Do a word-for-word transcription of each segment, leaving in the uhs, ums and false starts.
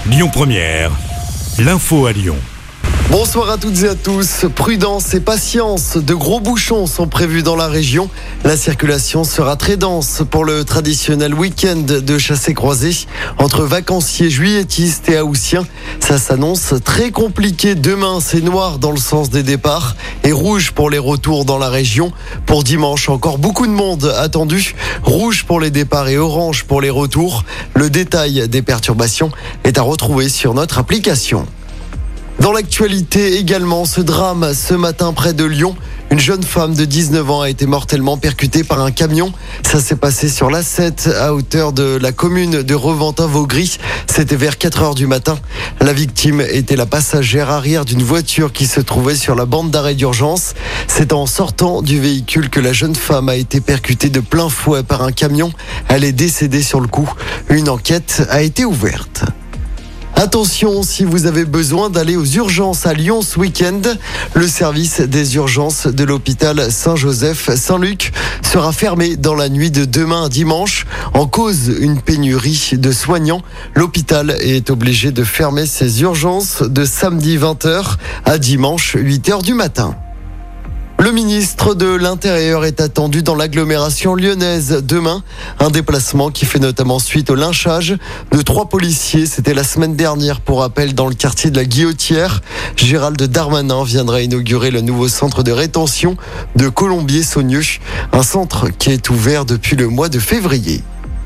Lyon Première, l'info à Lyon. Bonsoir à toutes et à tous. Prudence et patience. De gros bouchons sont prévus dans la région. La circulation sera très dense pour le traditionnel week-end de chassé-croisé entre vacanciers juilletistes et haussiens. Ça s'annonce très compliqué. Demain, c'est noir dans le sens des départs et rouge pour les retours dans la région. Pour dimanche, encore beaucoup de monde attendu. Rouge pour les départs et orange pour les retours. Le détail des perturbations est à retrouver sur notre application. Dans l'actualité également, ce drame ce matin près de Lyon. Une jeune femme de dix-neuf ans a été mortellement percutée par un camion. Ça s'est passé sur l'A sept à hauteur de la commune de Reventin-Vaugry. C'était vers quatre heures du matin. La victime était la passagère arrière d'une voiture qui se trouvait sur la bande d'arrêt d'urgence. C'est en sortant du véhicule que la jeune femme a été percutée de plein fouet par un camion. Elle est décédée sur le coup. Une enquête a été ouverte. Attention, si vous avez besoin d'aller aux urgences à Lyon ce week-end, le service des urgences de l'hôpital Saint-Joseph-Saint-Luc sera fermé dans la nuit de demain à dimanche. En cause, une pénurie de soignants. L'hôpital est obligé de fermer ses urgences de samedi vingt heures à dimanche huit heures du matin. Le ministre de l'Intérieur est attendu dans l'agglomération lyonnaise demain. Un déplacement qui fait notamment suite au lynchage de trois policiers. C'était la semaine dernière, pour rappel, dans le quartier de la Guillotière. Gérald Darmanin viendra inaugurer le nouveau centre de rétention de Colombier-Saunieux. Un centre qui est ouvert depuis le mois de février.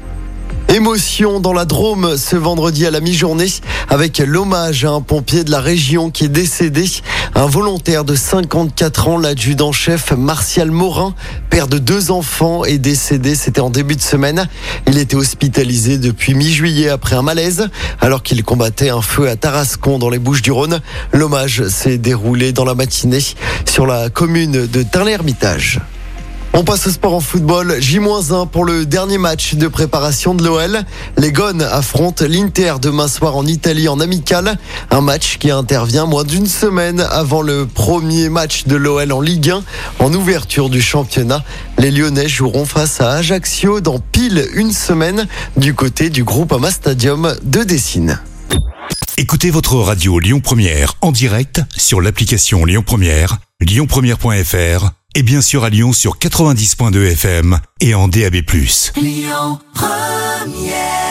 Émotion dans la Drôme ce vendredi à la mi-journée avec l'hommage à un pompier de la région qui est décédé. Un volontaire de cinquante-quatre ans, l'adjudant-chef Martial Morin, père de deux enfants, est décédé. C'était en début de semaine. Il était hospitalisé depuis mi-juillet après un malaise alors qu'il combattait un feu à Tarascon dans les Bouches-du-Rhône. L'hommage s'est déroulé dans la matinée sur la commune de Tain-l'Hermitage. On passe au sport en football. J un pour le dernier match de préparation de l'O L. Les Gones affrontent l'Inter demain soir en Italie en amical. Un match qui intervient moins d'une semaine avant le premier match de l'O L en Ligue un. En ouverture du championnat, les Lyonnais joueront face à Ajaccio dans pile une semaine du côté du Groupama Stadium de Dessine. Écoutez votre radio Lyon Première en direct sur l'application Lyon Première, lyon première point f r et bien sûr à Lyon sur quatre-vingt-dix point deux F M et en D A B plus. Lyon Première.